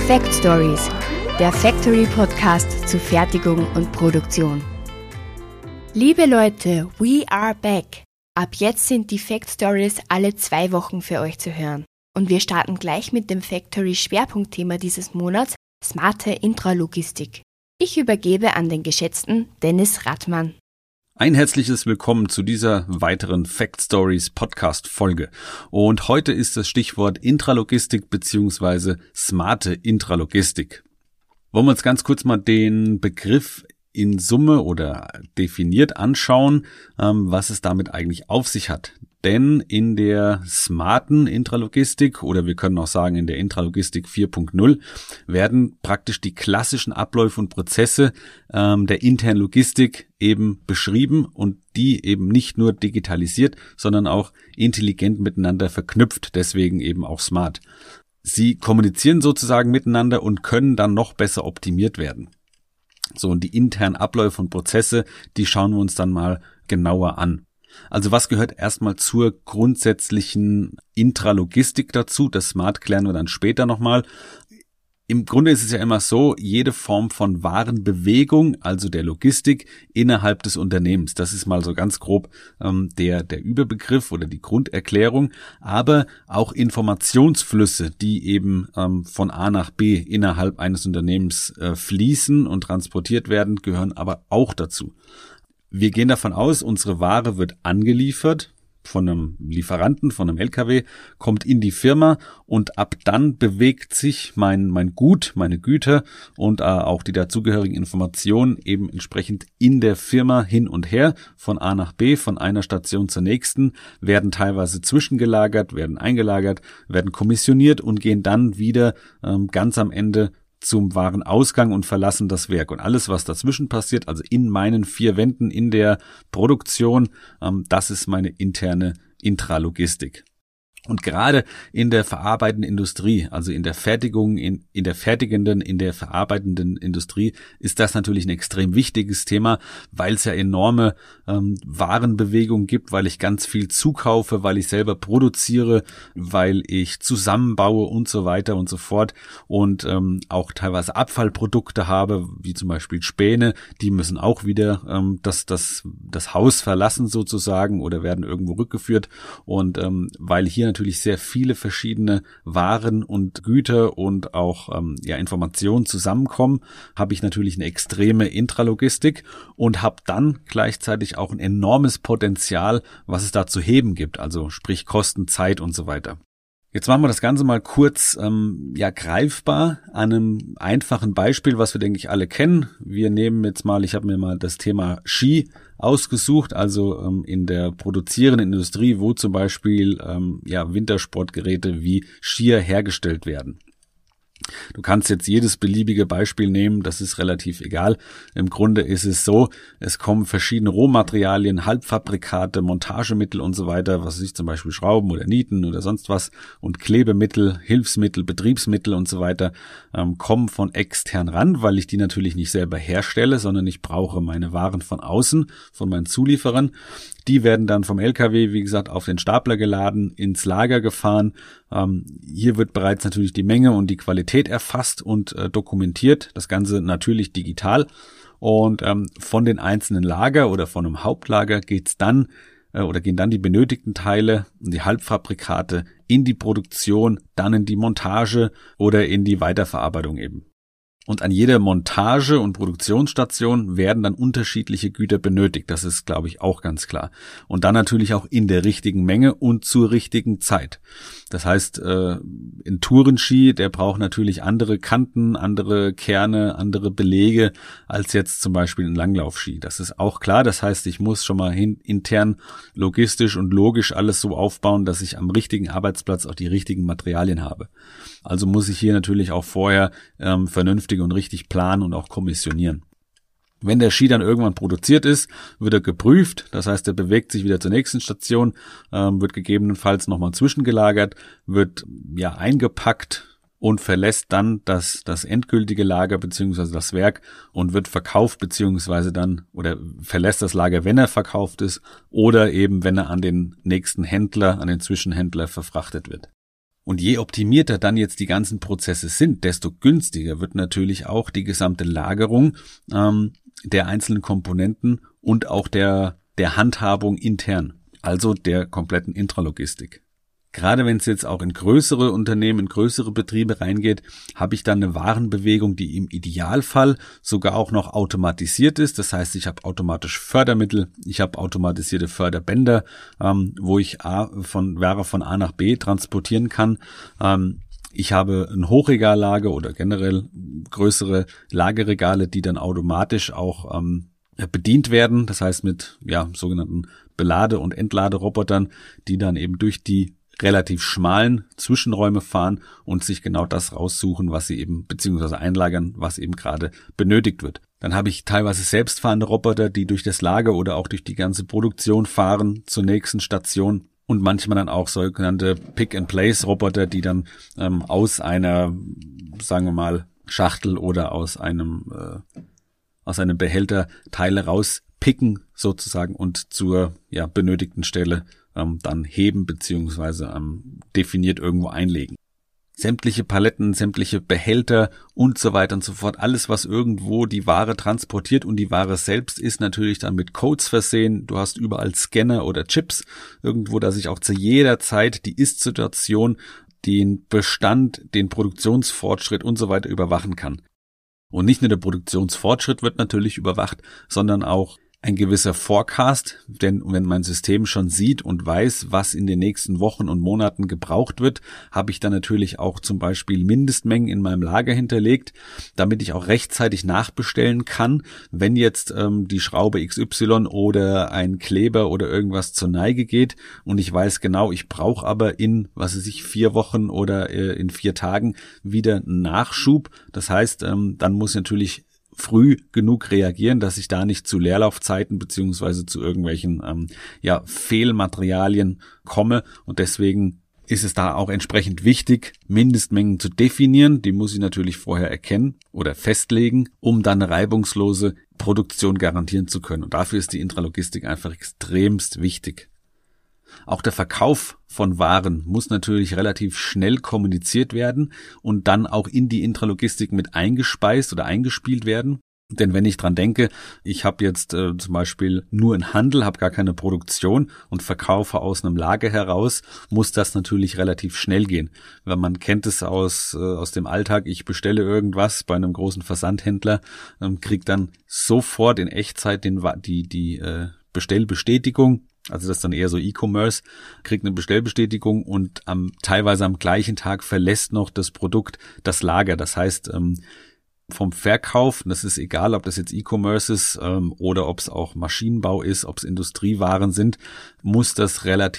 Fact Stories, der Factory Podcast zu Fertigung und Produktion. Liebe Leute, we are back. Ab jetzt sind die Fact Stories alle 2 Wochen für euch zu hören. Und wir starten gleich mit dem Factory Schwerpunktthema dieses Monats, smarte Intralogistik. Ich übergebe an den geschätzten Dennis Rattmann. Ein herzliches Willkommen zu dieser weiteren Fact Stories Podcast Folge. Und heute ist das Stichwort Intralogistik bzw. smarte Intralogistik. Wollen wir uns ganz kurz mal den Begriff in Summe oder definiert anschauen, was es damit eigentlich auf sich hat. Denn in der smarten Intralogistik oder wir können auch sagen in der Intralogistik 4.0 werden praktisch die klassischen Abläufe und Prozesse der internen Logistik eben beschrieben und die eben nicht nur digitalisiert, sondern auch intelligent miteinander verknüpft, deswegen eben auch smart. Sie kommunizieren sozusagen miteinander und können dann noch besser optimiert werden. So, und die internen Abläufe und Prozesse, die schauen wir uns dann mal genauer an. Also was gehört erstmal zur grundsätzlichen Intralogistik dazu? Das Smart klären wir dann später nochmal. Im Grunde ist es ja immer so, jede Form von Warenbewegung, also der Logistik innerhalb des Unternehmens. Das ist mal so ganz grob der Überbegriff oder die Grunderklärung. Aber auch Informationsflüsse, die eben von A nach B innerhalb eines Unternehmens fließen und transportiert werden, gehören aber auch dazu. Wir gehen davon aus, unsere Ware wird angeliefert von einem Lieferanten, von einem LKW, kommt in die Firma und ab dann bewegt sich mein Gut, meine Güter und auch die dazugehörigen Informationen eben entsprechend in der Firma hin und her, von A nach B, von einer Station zur nächsten, werden teilweise zwischengelagert, werden eingelagert, werden kommissioniert und gehen dann wieder ganz am Ende zum Warenausgang und verlassen das Werk. Und alles, was dazwischen passiert, also in meinen 4 Wänden, in der Produktion, das ist meine interne Intralogistik. Und gerade in der verarbeitenden Industrie, also in der Fertigung, in der fertigenden, in der verarbeitenden Industrie, ist das natürlich ein extrem wichtiges Thema, weil es ja enorme Warenbewegungen gibt, weil ich ganz viel zukaufe, weil ich selber produziere, weil ich zusammenbaue und so weiter und so fort und auch teilweise Abfallprodukte habe, wie zum Beispiel Späne, die müssen auch wieder das Haus verlassen sozusagen oder werden irgendwo rückgeführt und weil hier natürlich sehr viele verschiedene Waren und Güter und auch Informationen zusammenkommen, habe ich natürlich eine extreme Intralogistik und habe dann gleichzeitig auch ein enormes Potenzial, was es da zu heben gibt, also sprich Kosten, Zeit und so weiter. Jetzt machen wir das Ganze mal kurz greifbar an einem einfachen Beispiel, was wir, denke ich, alle kennen. Wir nehmen jetzt mal, ich habe mir mal das Thema Ski ausgesucht, also in der produzierenden Industrie, wo zum Beispiel Wintersportgeräte wie Skier hergestellt werden. Du kannst jetzt jedes beliebige Beispiel nehmen, das ist relativ egal. Im Grunde ist es so, es kommen verschiedene Rohmaterialien, Halbfabrikate, Montagemittel und so weiter, was weiß ich, zum Beispiel Schrauben oder Nieten oder sonst was und Klebemittel, Hilfsmittel, Betriebsmittel und so weiter kommen von extern ran, weil ich die natürlich nicht selber herstelle, sondern ich brauche meine Waren von außen, von meinen Zulieferern. Die werden dann vom LKW, wie gesagt, auf den Stapler geladen, ins Lager gefahren. Hier wird bereits natürlich die Menge und die Qualität erfasst und dokumentiert. Das Ganze natürlich digital. Und von den einzelnen Lager oder von einem Hauptlager gehen dann die benötigten Teile und die Halbfabrikate in die Produktion, dann in die Montage oder in die Weiterverarbeitung eben. Und an jeder Montage- und Produktionsstation werden dann unterschiedliche Güter benötigt. Das ist, glaube ich, auch ganz klar. Und dann natürlich auch in der richtigen Menge und zur richtigen Zeit. Das heißt, ein Tourenski, der braucht natürlich andere Kanten, andere Kerne, andere Belege als jetzt zum Beispiel ein Langlaufski. Das ist auch klar. Das heißt, ich muss schon mal intern logistisch und logisch alles so aufbauen, dass ich am richtigen Arbeitsplatz auch die richtigen Materialien habe. Also muss ich hier natürlich auch vorher vernünftig und richtig planen und auch kommissionieren. Wenn der Ski dann irgendwann produziert ist, wird er geprüft, das heißt, er bewegt sich wieder zur nächsten Station, wird gegebenenfalls nochmal zwischengelagert, wird eingepackt und verlässt dann das endgültige Lager beziehungsweise das Werk und wird verkauft beziehungsweise dann oder verlässt das Lager, wenn er verkauft ist oder eben wenn er an den nächsten Händler, an den Zwischenhändler verfrachtet wird. Und je optimierter dann jetzt die ganzen Prozesse sind, desto günstiger wird natürlich auch die gesamte Lagerung der einzelnen Komponenten und auch der Handhabung intern, also der kompletten Intralogistik. Gerade wenn es jetzt auch in größere Unternehmen, in größere Betriebe reingeht, habe ich dann eine Warenbewegung, die im Idealfall sogar auch noch automatisiert ist. Das heißt, ich habe automatisch Fördermittel, ich habe automatisierte Förderbänder, wo ich Ware von A nach B transportieren kann. Ich habe ein Hochregallager oder generell größere Lagerregale, die dann automatisch auch bedient werden. Das heißt mit sogenannten Belade- und Entladerobotern, die dann eben durch die relativ schmalen Zwischenräume fahren und sich genau das raussuchen, was sie eben, beziehungsweise einlagern, was eben gerade benötigt wird. Dann habe ich teilweise selbstfahrende Roboter, die durch das Lager oder auch durch die ganze Produktion fahren zur nächsten Station und manchmal dann auch sogenannte Pick-and-Place-Roboter, die dann aus einer, sagen wir mal, Schachtel oder aus einem Behälter Teile rauspicken sozusagen und zur benötigten Stelle dann heben beziehungsweise definiert irgendwo einlegen. Sämtliche Paletten, sämtliche Behälter und so weiter und so fort, alles was irgendwo die Ware transportiert und die Ware selbst ist natürlich dann mit Codes versehen. Du hast überall Scanner oder Chips irgendwo, dass ich auch zu jeder Zeit die Ist-Situation, den Bestand, den Produktionsfortschritt und so weiter überwachen kann. Und nicht nur der Produktionsfortschritt wird natürlich überwacht, sondern auch ein gewisser Forecast, denn wenn mein System schon sieht und weiß, was in den nächsten Wochen und Monaten gebraucht wird, habe ich dann natürlich auch zum Beispiel Mindestmengen in meinem Lager hinterlegt, damit ich auch rechtzeitig nachbestellen kann, wenn jetzt die Schraube XY oder ein Kleber oder irgendwas zur Neige geht und ich weiß genau, ich brauche aber in, 4 Wochen oder in 4 Tagen wieder einen Nachschub. Das heißt, dann muss natürlich früh genug reagieren, dass ich da nicht zu Leerlaufzeiten beziehungsweise zu irgendwelchen Fehlmaterialien komme. Und deswegen ist es da auch entsprechend wichtig, Mindestmengen zu definieren. Die muss ich natürlich vorher erkennen oder festlegen, um dann eine reibungslose Produktion garantieren zu können. Und dafür ist die Intralogistik einfach extremst wichtig. Auch der Verkauf von Waren muss natürlich relativ schnell kommuniziert werden und dann auch in die Intralogistik mit eingespeist oder eingespielt werden. Denn wenn ich dran denke, ich habe jetzt zum Beispiel nur einen Handel, habe gar keine Produktion und verkaufe aus einem Lager heraus, muss das natürlich relativ schnell gehen. Weil man kennt es aus dem Alltag, ich bestelle irgendwas bei einem großen Versandhändler, kriege dann sofort in Echtzeit die Bestellbestätigung. Also das ist dann eher so E-Commerce, kriegt eine Bestellbestätigung und teilweise am gleichen Tag verlässt noch das Produkt das Lager. Das heißt, vom Verkauf, das ist egal, ob das jetzt E-Commerce ist oder ob es auch Maschinenbau ist, ob es Industriewaren sind, muss es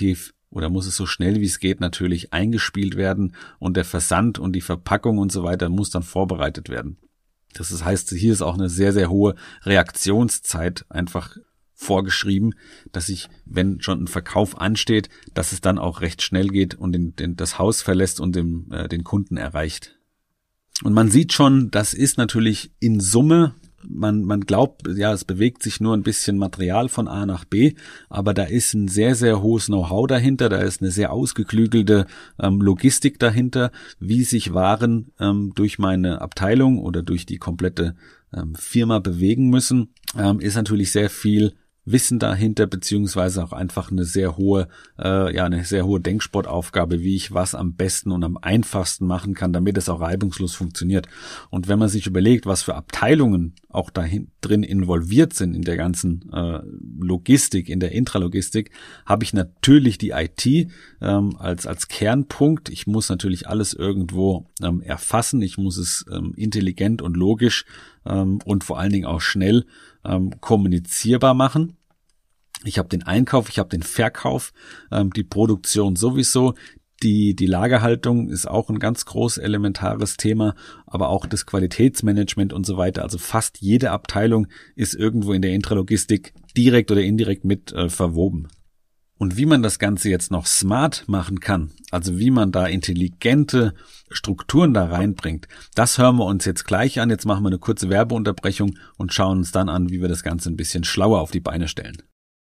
so schnell wie es geht natürlich eingespielt werden und der Versand und die Verpackung und so weiter muss dann vorbereitet werden. Das heißt, hier ist auch eine sehr, sehr hohe Reaktionszeit einfach vorgeschrieben, dass ich, wenn schon ein Verkauf ansteht, dass es dann auch recht schnell geht und das Haus verlässt und den Kunden erreicht. Und man sieht schon, das ist natürlich in Summe, man glaubt, ja, es bewegt sich nur ein bisschen Material von A nach B, aber da ist ein sehr, sehr hohes Know-how dahinter, da ist eine sehr ausgeklügelte Logistik dahinter, wie sich Waren durch meine Abteilung oder durch die komplette Firma bewegen müssen, ist natürlich sehr viel Wissen dahinter, beziehungsweise auch einfach eine sehr hohe Denksportaufgabe, wie ich was am besten und am einfachsten machen kann, damit es auch reibungslos funktioniert. Und wenn man sich überlegt, was für Abteilungen auch drin involviert sind in der ganzen Logistik, in der Intralogistik, habe ich natürlich die IT als Kernpunkt. Ich muss natürlich alles irgendwo erfassen. Ich muss es intelligent und logisch und vor allen Dingen auch schnell kommunizierbar machen. Ich habe den Einkauf, ich habe den Verkauf, die Produktion sowieso, die Lagerhaltung ist auch ein ganz groß elementares Thema, aber auch das Qualitätsmanagement und so weiter. Also fast jede Abteilung ist irgendwo in der Intralogistik direkt oder indirekt mit verwoben. Und wie man das Ganze jetzt noch smart machen kann, also wie man da intelligente Strukturen da reinbringt, das hören wir uns jetzt gleich an. Jetzt machen wir eine kurze Werbeunterbrechung und schauen uns dann an, wie wir das Ganze ein bisschen schlauer auf die Beine stellen.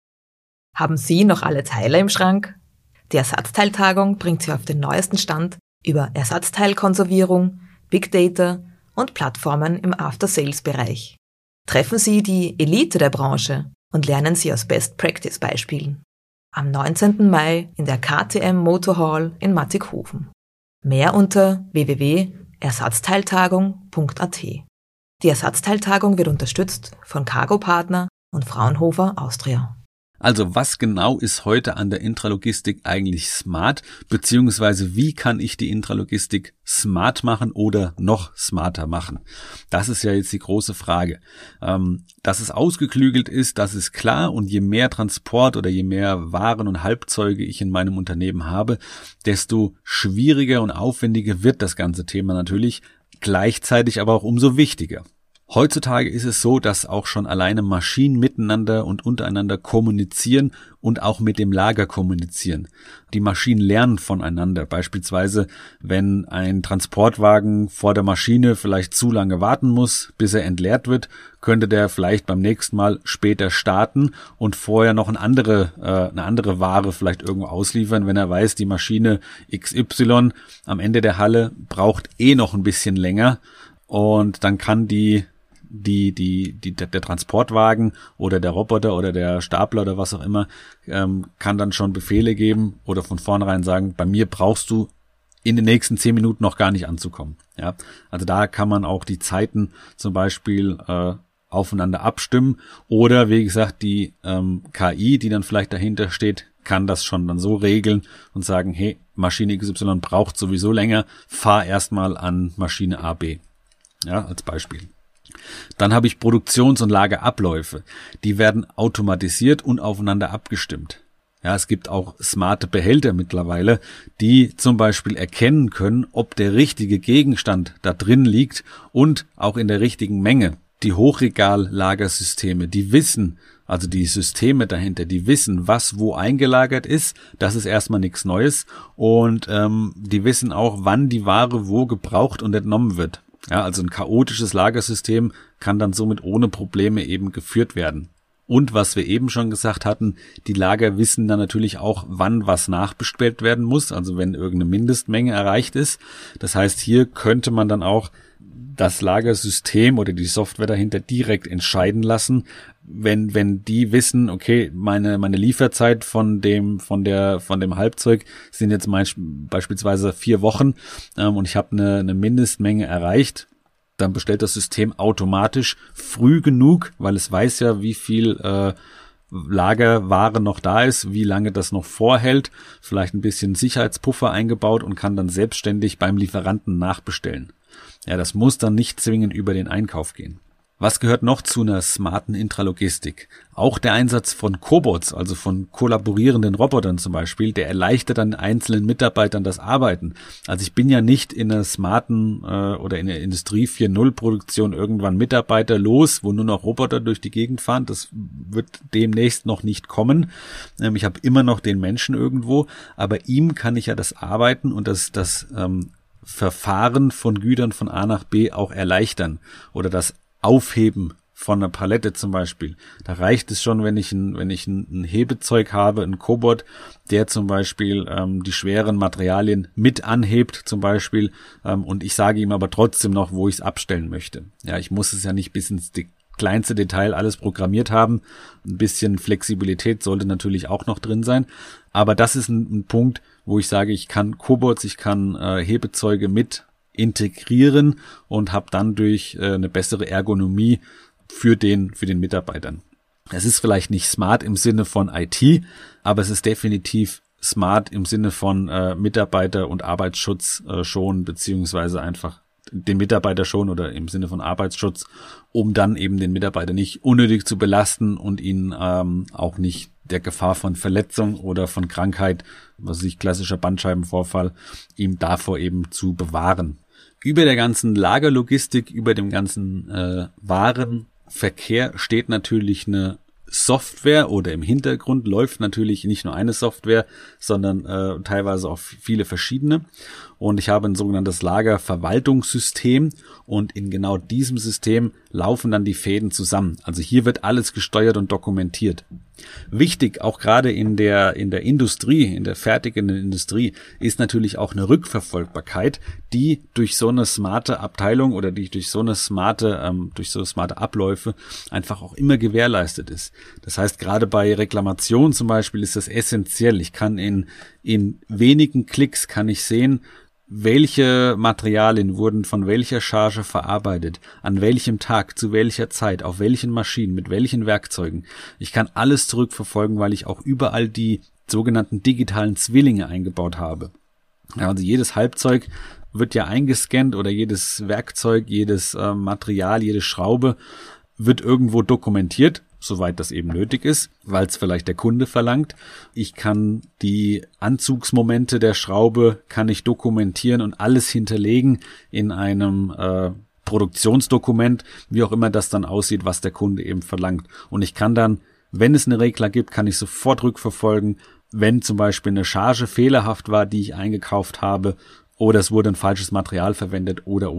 Haben Sie noch alle Teile im Schrank? Die Ersatzteiltagung bringt Sie auf den neuesten Stand über Ersatzteilkonservierung, Big Data und Plattformen im After-Sales-Bereich. Treffen Sie die Elite der Branche und lernen Sie aus Best-Practice-Beispielen. Am 19. Mai in der KTM Motor Hall in Mattighofen. Mehr unter www.ersatzteiltagung.at. Die Ersatzteiltagung wird unterstützt von Cargo Partner und Fraunhofer Austria. Also was genau ist heute an der Intralogistik eigentlich smart, beziehungsweise wie kann ich die Intralogistik smart machen oder noch smarter machen? Das ist ja jetzt die große Frage. Dass es ausgeklügelt ist, das ist klar, und je mehr Transport oder je mehr Waren und Halbzeuge ich in meinem Unternehmen habe, desto schwieriger und aufwendiger wird das ganze Thema natürlich, gleichzeitig aber auch umso wichtiger. Heutzutage ist es so, dass auch schon alleine Maschinen miteinander und untereinander kommunizieren und auch mit dem Lager kommunizieren. Die Maschinen lernen voneinander. Beispielsweise, wenn ein Transportwagen vor der Maschine vielleicht zu lange warten muss, bis er entleert wird, könnte der vielleicht beim nächsten Mal später starten und vorher noch eine andere Ware vielleicht irgendwo ausliefern, wenn er weiß, die Maschine XY am Ende der Halle braucht noch ein bisschen länger, und dann kann der Transportwagen oder der Roboter oder der Stapler oder was auch immer, kann dann schon Befehle geben oder von vornherein sagen, bei mir brauchst du in den nächsten 10 Minuten noch gar nicht anzukommen. Ja, also da kann man auch die Zeiten zum Beispiel aufeinander abstimmen, oder wie gesagt, die KI, die dann vielleicht dahinter steht, kann das schon dann so regeln und sagen, hey, Maschine XY braucht sowieso länger, fahr erstmal an Maschine A, B. Ja, als Beispiel. Dann habe ich Produktions- und Lagerabläufe. Die werden automatisiert und aufeinander abgestimmt. Ja, es gibt auch smarte Behälter mittlerweile, die zum Beispiel erkennen können, ob der richtige Gegenstand da drin liegt und auch in der richtigen Menge. Die Hochregallagersysteme, die wissen, also die Systeme dahinter, die wissen, was wo eingelagert ist. Das ist erstmal nichts Neues. Und die wissen auch, wann die Ware wo gebraucht und entnommen wird. Ja, also ein chaotisches Lagersystem kann dann somit ohne Probleme eben geführt werden. Und was wir eben schon gesagt hatten, die Lager wissen dann natürlich auch, wann was nachbestellt werden muss, also wenn irgendeine Mindestmenge erreicht ist. Das heißt, hier könnte man dann auch das Lagersystem oder die Software dahinter direkt entscheiden lassen, wenn die wissen, okay, meine Lieferzeit von dem Halbzeug sind jetzt beispielsweise 4 Wochen und ich habe eine Mindestmenge erreicht, dann bestellt das System automatisch früh genug, weil es weiß ja, wie viel Lagerware noch da ist, wie lange das noch vorhält, vielleicht ein bisschen Sicherheitspuffer eingebaut und kann dann selbstständig beim Lieferanten nachbestellen. Ja, das muss dann nicht zwingend über den Einkauf gehen. Was gehört noch zu einer smarten Intralogistik? Auch der Einsatz von Cobots, also von kollaborierenden Robotern zum Beispiel, der erleichtert dann einzelnen Mitarbeitern das Arbeiten. Also ich bin ja nicht in einer smarten oder in der Industrie 4.0 Produktion irgendwann Mitarbeiter los, wo nur noch Roboter durch die Gegend fahren. Das wird demnächst noch nicht kommen. Ich habe immer noch den Menschen irgendwo, aber ihm kann ich ja das Arbeiten und das Verfahren von Gütern von A nach B auch erleichtern oder das Aufheben von einer Palette zum Beispiel. Da reicht es schon, wenn ich ein Hebezeug habe, ein Cobot, der zum Beispiel die schweren Materialien mit anhebt zum Beispiel, und ich sage ihm aber trotzdem noch, wo ich es abstellen möchte. Ja, ich muss es ja nicht bis ins kleinste Detail alles programmiert haben. Ein bisschen Flexibilität sollte natürlich auch noch drin sein. Aber das ist ein Punkt, wo ich sage, ich kann Cobots, ich kann Hebezeuge mit integrieren und habe dann durch eine bessere Ergonomie für den Mitarbeitern. Es ist vielleicht nicht smart im Sinne von IT, aber es ist definitiv smart im Sinne von Mitarbeiter- und Arbeitsschutz schon, beziehungsweise einfach den Mitarbeiter schon oder im Sinne von Arbeitsschutz, um dann eben den Mitarbeiter nicht unnötig zu belasten und ihn auch nicht der Gefahr von Verletzung oder von Krankheit, was weiß ich, klassischer Bandscheibenvorfall, ihm davor eben zu bewahren. Über der ganzen Lagerlogistik, über dem ganzen Warenverkehr steht natürlich eine Software, oder im Hintergrund läuft natürlich nicht nur eine Software, sondern teilweise auch viele verschiedene. Und ich habe ein sogenanntes Lagerverwaltungssystem, und in genau diesem System laufen dann die Fäden zusammen. Also hier wird alles gesteuert und dokumentiert. Wichtig, auch gerade in der Industrie, in der fertigenden Industrie, ist natürlich auch eine Rückverfolgbarkeit, die durch so eine smarte Abteilung oder die durch so smarte Abläufe einfach auch immer gewährleistet ist. Das heißt, gerade bei Reklamationen zum Beispiel ist das essentiell. Ich kann in wenigen Klicks kann ich sehen, welche Materialien wurden von welcher Charge verarbeitet, an welchem Tag, zu welcher Zeit, auf welchen Maschinen, mit welchen Werkzeugen. Ich kann alles zurückverfolgen, weil ich auch überall die sogenannten digitalen Zwillinge eingebaut habe. Ja, also jedes Halbzeug wird ja eingescannt oder jedes Werkzeug, jedes Material, jede Schraube wird irgendwo dokumentiert, soweit das eben nötig ist, weil es vielleicht der Kunde verlangt. Ich kann die Anzugsmomente der Schraube dokumentieren und alles hinterlegen in einem Produktionsdokument, wie auch immer das dann aussieht, was der Kunde eben verlangt. Und ich kann dann, wenn es eine Regler gibt, kann ich sofort rückverfolgen, wenn zum Beispiel eine Charge fehlerhaft war, die ich eingekauft habe, oder es wurde ein falsches Material verwendet, oder.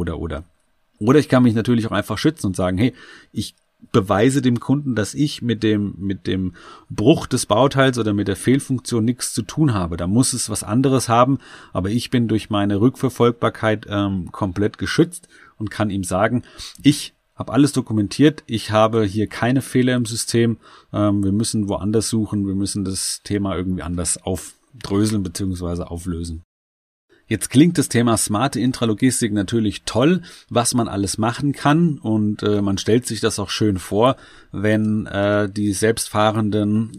Oder ich kann mich natürlich auch einfach schützen und sagen, hey, ich beweise dem Kunden, dass ich mit dem Bruch des Bauteils oder mit der Fehlfunktion nichts zu tun habe. Da muss es was anderes haben, aber ich bin durch meine Rückverfolgbarkeit komplett geschützt und kann ihm sagen, ich habe alles dokumentiert, ich habe hier keine Fehler im System, wir müssen woanders suchen, wir müssen das Thema irgendwie anders aufdröseln bzw. auflösen. Jetzt klingt das Thema smarte Intralogistik natürlich toll, was man alles machen kann, und man stellt sich das auch schön vor, wenn die selbstfahrenden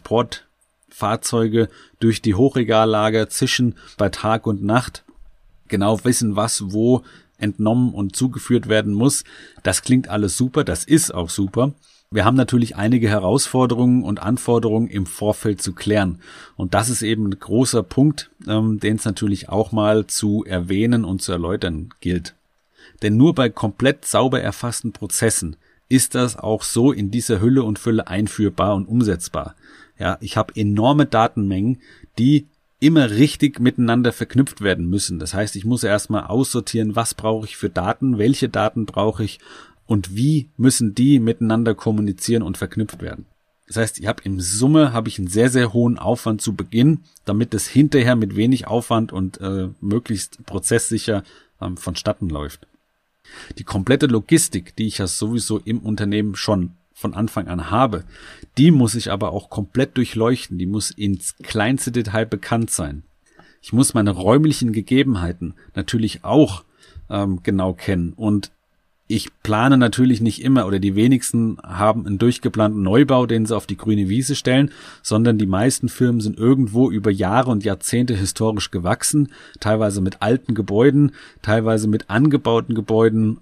Transportfahrzeuge durch die Hochregallager zischen bei Tag und Nacht, genau wissen, was wo entnommen und zugeführt werden muss. Das klingt alles super, das ist auch super. Wir haben natürlich einige Herausforderungen und Anforderungen im Vorfeld zu klären. Und das ist eben ein großer Punkt, den es natürlich auch mal zu erwähnen und zu erläutern gilt. Denn nur bei komplett sauber erfassten Prozessen ist das auch so in dieser Hülle und Fülle einführbar und umsetzbar. Ja, ich habe enorme Datenmengen, die immer richtig miteinander verknüpft werden müssen. Das heißt, ich muss erstmal aussortieren, was brauche ich für Daten, welche Daten brauche ich, und wie müssen die miteinander kommunizieren und verknüpft werden. Das heißt, ich habe in Summe einen sehr, sehr hohen Aufwand zu Beginn, damit es hinterher mit wenig Aufwand und möglichst prozesssicher vonstatten läuft. Die komplette Logistik, die ich ja sowieso im Unternehmen schon von Anfang an habe, die muss ich aber auch komplett durchleuchten, die muss ins kleinste Detail bekannt sein. Ich muss meine räumlichen Gegebenheiten natürlich auch genau kennen, und ich plane natürlich nicht immer, oder die wenigsten haben einen durchgeplanten Neubau, den sie auf die grüne Wiese stellen, sondern die meisten Firmen sind irgendwo über Jahre und Jahrzehnte historisch gewachsen, teilweise mit alten Gebäuden, teilweise mit angebauten Gebäuden,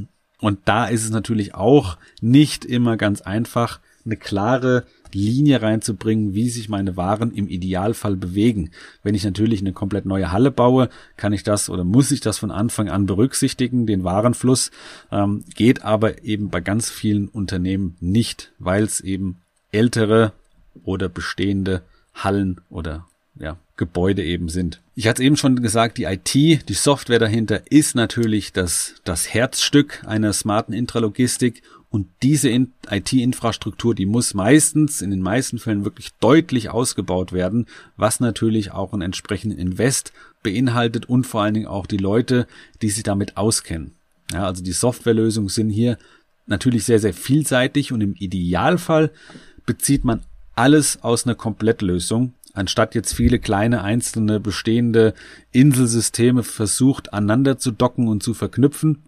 und da ist es natürlich auch nicht immer ganz einfach, eine klare Linie reinzubringen, wie sich meine Waren im Idealfall bewegen. Wenn ich natürlich eine komplett neue Halle baue, kann ich das oder muss ich das von Anfang an berücksichtigen, den Warenfluss, geht aber eben bei ganz vielen Unternehmen nicht, weil es eben ältere oder bestehende Hallen oder Gebäude eben sind. Ich hatte es eben schon gesagt, die IT, die Software dahinter ist natürlich das Herzstück einer smarten Intralogistik, und diese IT-Infrastruktur, die muss in den meisten Fällen wirklich deutlich ausgebaut werden, was natürlich auch einen entsprechenden Invest beinhaltet und vor allen Dingen auch die Leute, die sich damit auskennen. Ja, also die Softwarelösungen sind hier natürlich sehr, sehr vielseitig, und im Idealfall bezieht man alles aus einer Komplettlösung, anstatt jetzt viele kleine einzelne bestehende Inselsysteme versucht aneinander zu docken und zu verknüpfen.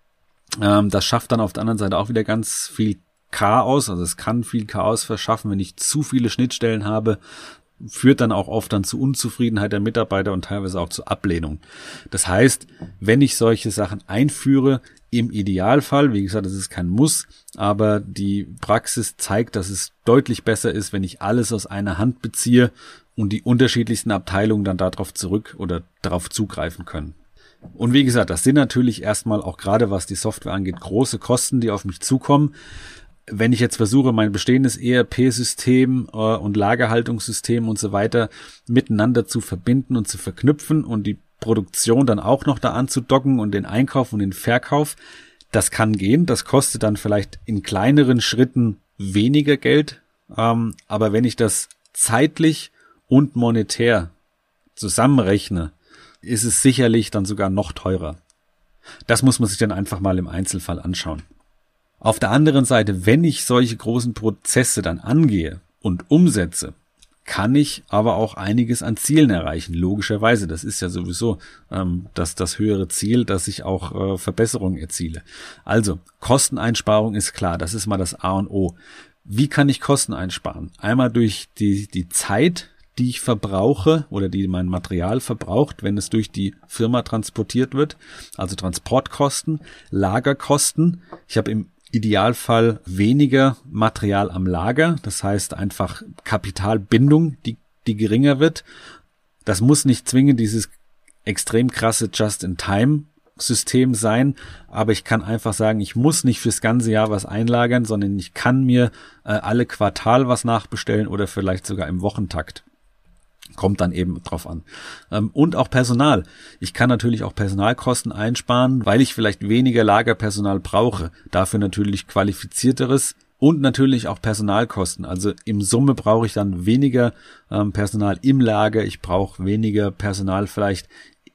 Das schafft dann auf der anderen Seite auch wieder ganz viel Chaos, also es kann viel Chaos verschaffen, wenn ich zu viele Schnittstellen habe, führt dann auch oft zu Unzufriedenheit der Mitarbeiter und teilweise auch zu Ablehnung. Das heißt, wenn ich solche Sachen einführe, im Idealfall, wie gesagt, das ist kein Muss, aber die Praxis zeigt, dass es deutlich besser ist, wenn ich alles aus einer Hand beziehe und die unterschiedlichsten Abteilungen dann darauf zugreifen können. Und wie gesagt, das sind natürlich erstmal auch gerade was die Software angeht, große Kosten, die auf mich zukommen. Wenn ich jetzt versuche, mein bestehendes ERP-System und Lagerhaltungssystem und so weiter miteinander zu verbinden und zu verknüpfen und die Produktion dann auch noch da anzudocken und den Einkauf und den Verkauf, das kann gehen. Das kostet dann vielleicht in kleineren Schritten weniger Geld, aber wenn ich das zeitlich und monetär zusammenrechne, ist es sicherlich dann sogar noch teurer. Das muss man sich dann einfach mal im Einzelfall anschauen. Auf der anderen Seite, wenn ich solche großen Prozesse dann angehe und umsetze, kann ich aber auch einiges an Zielen erreichen, logischerweise. Das ist ja sowieso das höhere Ziel, dass ich auch Verbesserungen erziele. Also, Kosteneinsparung ist klar, das ist mal das A und O. Wie kann ich Kosten einsparen? Einmal durch die Zeit, die ich verbrauche oder die mein Material verbraucht, wenn es durch die Firma transportiert wird, also Transportkosten, Lagerkosten. Ich habe im Idealfall weniger Material am Lager, das heißt einfach Kapitalbindung, die geringer wird. Das muss nicht zwingend dieses extrem krasse Just-in-Time-System sein, aber ich kann einfach sagen, ich muss nicht fürs ganze Jahr was einlagern, sondern ich kann mir alle Quartal was nachbestellen oder vielleicht sogar im Wochentakt. Kommt dann eben drauf an. Und auch Personal. Ich kann natürlich auch Personalkosten einsparen, weil ich vielleicht weniger Lagerpersonal brauche. Dafür natürlich qualifizierteres und natürlich auch Personalkosten. Also im Summe brauche ich dann weniger Personal im Lager. Ich brauche weniger Personal vielleicht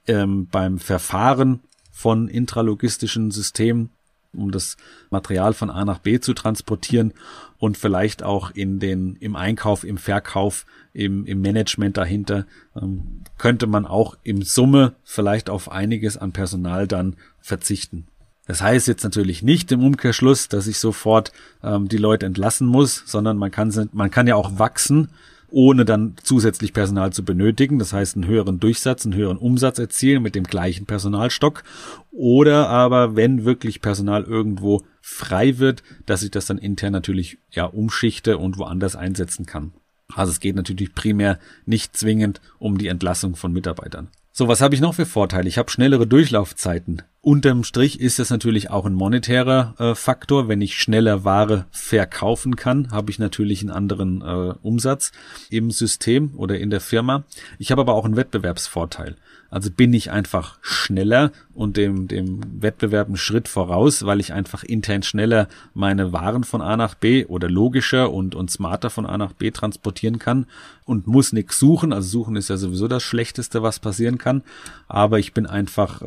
beim Verfahren von intralogistischen Systemen, um das Material von A nach B zu transportieren und vielleicht auch im Einkauf, im Verkauf, im Management dahinter, könnte man auch im Summe vielleicht auf einiges an Personal dann verzichten. Das heißt jetzt natürlich nicht im Umkehrschluss, dass ich sofort die Leute entlassen muss, sondern man kann ja auch wachsen, ohne dann zusätzlich Personal zu benötigen. Das heißt, einen höheren Durchsatz, einen höheren Umsatz erzielen mit dem gleichen Personalstock. Oder aber, wenn wirklich Personal irgendwo frei wird, dass ich das dann intern natürlich umschichte und woanders einsetzen kann. Also es geht natürlich primär nicht zwingend um die Entlassung von Mitarbeitern. So, was habe ich noch für Vorteile? Ich habe schnellere Durchlaufzeiten. Unterm Strich ist das natürlich auch ein monetärer Faktor. Wenn ich schneller Ware verkaufen kann, habe ich natürlich einen anderen Umsatz im System oder in der Firma. Ich habe aber auch einen Wettbewerbsvorteil. Also bin ich einfach schneller und dem Wettbewerb einen Schritt voraus, weil ich einfach intern schneller meine Waren von A nach B oder logischer und smarter von A nach B transportieren kann und muss nichts suchen. Also suchen ist ja sowieso das Schlechteste, was passieren kann. Aber ich bin einfach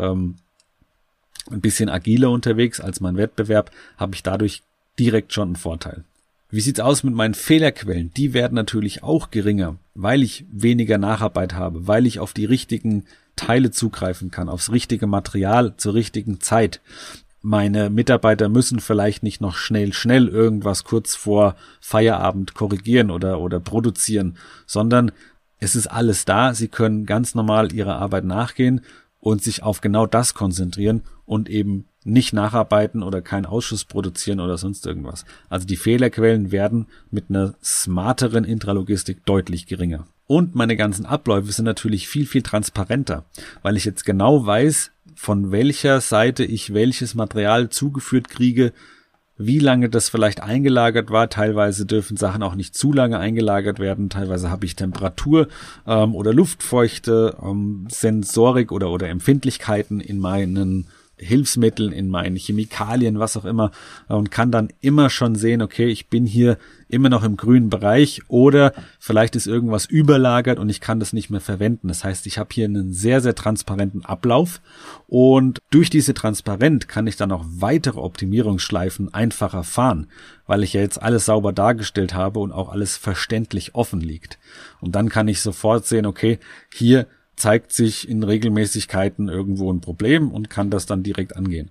ein bisschen agiler unterwegs als mein Wettbewerb, habe ich dadurch direkt schon einen Vorteil. Wie sieht's aus mit meinen Fehlerquellen? Die werden natürlich auch geringer, weil ich weniger Nacharbeit habe, weil ich auf die richtigen Teile zugreifen kann, aufs richtige Material zur richtigen Zeit. Meine Mitarbeiter müssen vielleicht nicht noch schnell irgendwas kurz vor Feierabend korrigieren oder produzieren, sondern es ist alles da. Sie können ganz normal ihrer Arbeit nachgehen und sich auf genau das konzentrieren und eben nicht nacharbeiten oder keinen Ausschuss produzieren oder sonst irgendwas. Also die Fehlerquellen werden mit einer smarteren Intralogistik deutlich geringer. Und meine ganzen Abläufe sind natürlich viel, viel transparenter, weil ich jetzt genau weiß, von welcher Seite ich welches Material zugeführt kriege, wie lange das vielleicht eingelagert war. Teilweise dürfen Sachen auch nicht zu lange eingelagert werden. Teilweise habe ich Temperatur oder Luftfeuchte, Sensorik oder Empfindlichkeiten in meinen Hilfsmitteln, in meinen Chemikalien, was auch immer, und kann dann immer schon sehen, okay, ich bin hier immer noch im grünen Bereich oder vielleicht ist irgendwas überlagert und ich kann das nicht mehr verwenden. Das heißt, ich habe hier einen sehr, sehr transparenten Ablauf und durch diese Transparenz kann ich dann auch weitere Optimierungsschleifen einfacher fahren, weil ich ja jetzt alles sauber dargestellt habe und auch alles verständlich offen liegt. Und dann kann ich sofort sehen, okay, hier zeigt sich in Regelmäßigkeiten irgendwo ein Problem und kann das dann direkt angehen.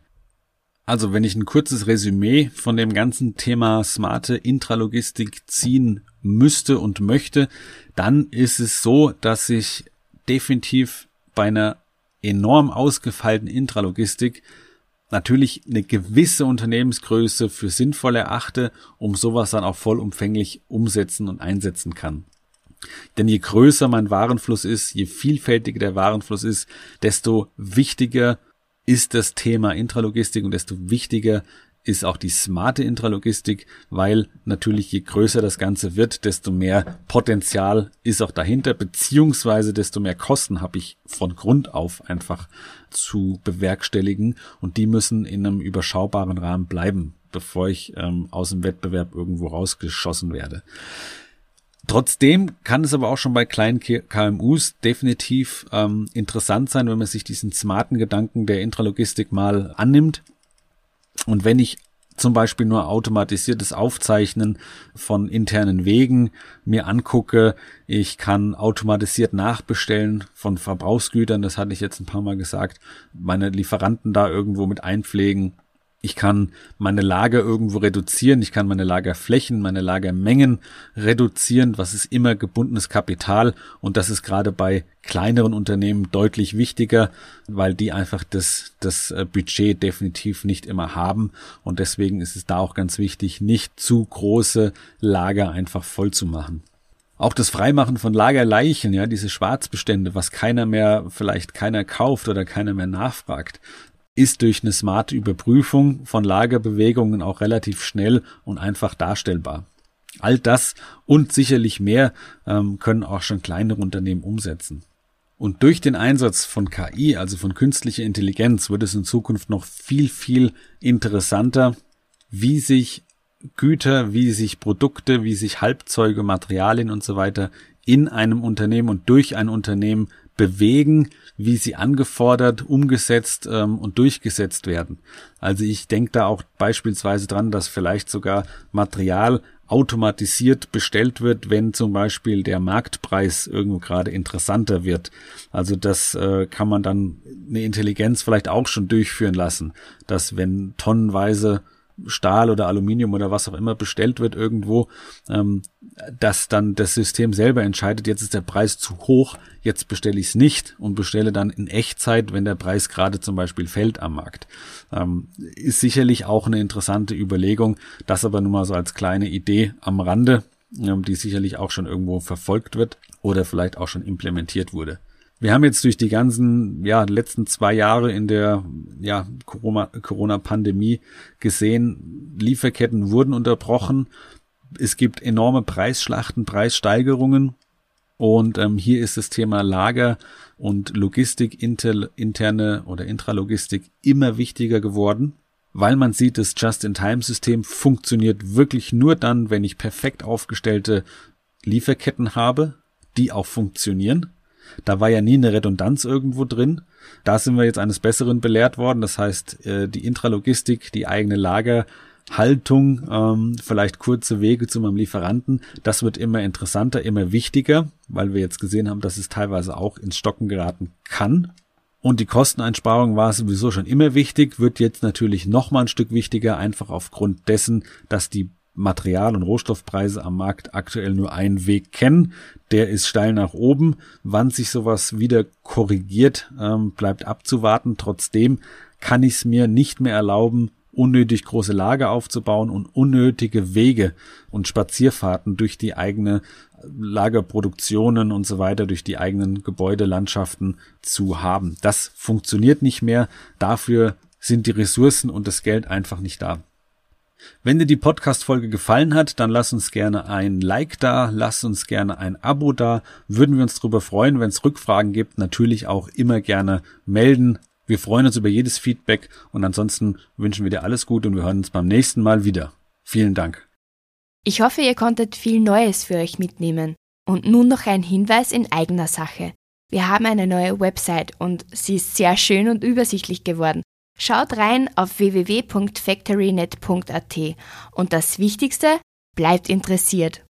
Also wenn ich ein kurzes Resümee von dem ganzen Thema smarte Intralogistik ziehen müsste und möchte, dann ist es so, dass ich definitiv bei einer enorm ausgefeilten Intralogistik natürlich eine gewisse Unternehmensgröße für sinnvoll erachte, um sowas dann auch vollumfänglich umsetzen und einsetzen kann. Denn je größer mein Warenfluss ist, je vielfältiger der Warenfluss ist, desto wichtiger ist das Thema Intralogistik und desto wichtiger ist auch die smarte Intralogistik, weil natürlich je größer das Ganze wird, desto mehr Potenzial ist auch dahinter, beziehungsweise desto mehr Kosten habe ich von Grund auf einfach zu bewerkstelligen und die müssen in einem überschaubaren Rahmen bleiben. bevor ich aus dem Wettbewerb irgendwo rausgeschossen werde. Trotzdem kann es aber auch schon bei kleinen KMUs definitiv interessant sein, wenn man sich diesen smarten Gedanken der Intralogistik mal annimmt. Und wenn ich zum Beispiel nur automatisiertes Aufzeichnen von internen Wegen mir angucke, ich kann automatisiert nachbestellen von Verbrauchsgütern, das hatte ich jetzt ein paar Mal gesagt, meine Lieferanten da irgendwo mit einpflegen. Ich kann meine Lager irgendwo reduzieren, ich kann meine Lagerflächen, meine Lagermengen reduzieren, was ist immer gebundenes Kapital, und das ist gerade bei kleineren Unternehmen deutlich wichtiger, weil die einfach das Budget definitiv nicht immer haben, und deswegen ist es da auch ganz wichtig, nicht zu große Lager einfach voll zu machen. Auch das Freimachen von Lagerleichen, ja, diese Schwarzbestände, was vielleicht keiner kauft oder keiner mehr nachfragt, ist durch eine smarte Überprüfung von Lagerbewegungen auch relativ schnell und einfach darstellbar. All das und sicherlich mehr können auch schon kleinere Unternehmen umsetzen. Und durch den Einsatz von KI, also von künstlicher Intelligenz, wird es in Zukunft noch viel, viel interessanter, wie sich Güter, wie sich Produkte, wie sich Halbzeuge, Materialien und so weiter in einem Unternehmen und durch ein Unternehmen bewegen, wie sie angefordert, umgesetzt und durchgesetzt werden. Also ich denke da auch beispielsweise dran, dass vielleicht sogar Material automatisiert bestellt wird, wenn zum Beispiel der Marktpreis irgendwo gerade interessanter wird. Also das kann man dann eine Intelligenz vielleicht auch schon durchführen lassen, dass wenn tonnenweise Stahl oder Aluminium oder was auch immer bestellt wird irgendwo, dass dann das System selber entscheidet, jetzt ist der Preis zu hoch, jetzt bestelle ich es nicht und bestelle dann in Echtzeit, wenn der Preis gerade zum Beispiel fällt am Markt. Ist sicherlich auch eine interessante Überlegung, das aber nur mal so als kleine Idee am Rande, die sicherlich auch schon irgendwo verfolgt wird oder vielleicht auch schon implementiert wurde. Wir haben jetzt durch die ganzen letzten 2 Jahre in der Corona-Pandemie gesehen, Lieferketten wurden unterbrochen. Es gibt enorme Preisschlachten, Preissteigerungen. Und hier ist das Thema Lager und Logistik, interne oder Intralogistik immer wichtiger geworden, weil man sieht, das Just-in-Time-System funktioniert wirklich nur dann, wenn ich perfekt aufgestellte Lieferketten habe, die auch funktionieren. Da war ja nie eine Redundanz irgendwo drin. Da sind wir jetzt eines Besseren belehrt worden. Das heißt, die Intralogistik, die eigene Lagerhaltung, vielleicht kurze Wege zu meinem Lieferanten, das wird immer interessanter, immer wichtiger, weil wir jetzt gesehen haben, dass es teilweise auch ins Stocken geraten kann. Und die Kosteneinsparung war sowieso schon immer wichtig, wird jetzt natürlich noch mal ein Stück wichtiger, einfach aufgrund dessen, dass die Material- und Rohstoffpreise am Markt aktuell nur einen Weg kennen. Der ist steil nach oben. Wann sich sowas wieder korrigiert, bleibt abzuwarten. Trotzdem kann ich es mir nicht mehr erlauben, unnötig große Lager aufzubauen und unnötige Wege und Spazierfahrten durch die eigene Lagerproduktionen und so weiter, durch die eigenen Gebäudelandschaften zu haben. Das funktioniert nicht mehr. Dafür sind die Ressourcen und das Geld einfach nicht da. Wenn dir die Podcast-Folge gefallen hat, dann lass uns gerne ein Like da, lass uns gerne ein Abo da. Würden wir uns darüber freuen, wenn es Rückfragen gibt, natürlich auch immer gerne melden. Wir freuen uns über jedes Feedback und ansonsten wünschen wir dir alles Gute und wir hören uns beim nächsten Mal wieder. Vielen Dank. Ich hoffe, ihr konntet viel Neues für euch mitnehmen. Und nun noch ein Hinweis in eigener Sache. Wir haben eine neue Website und sie ist sehr schön und übersichtlich geworden. Schaut rein auf www.factorynet.at und das Wichtigste, bleibt interessiert.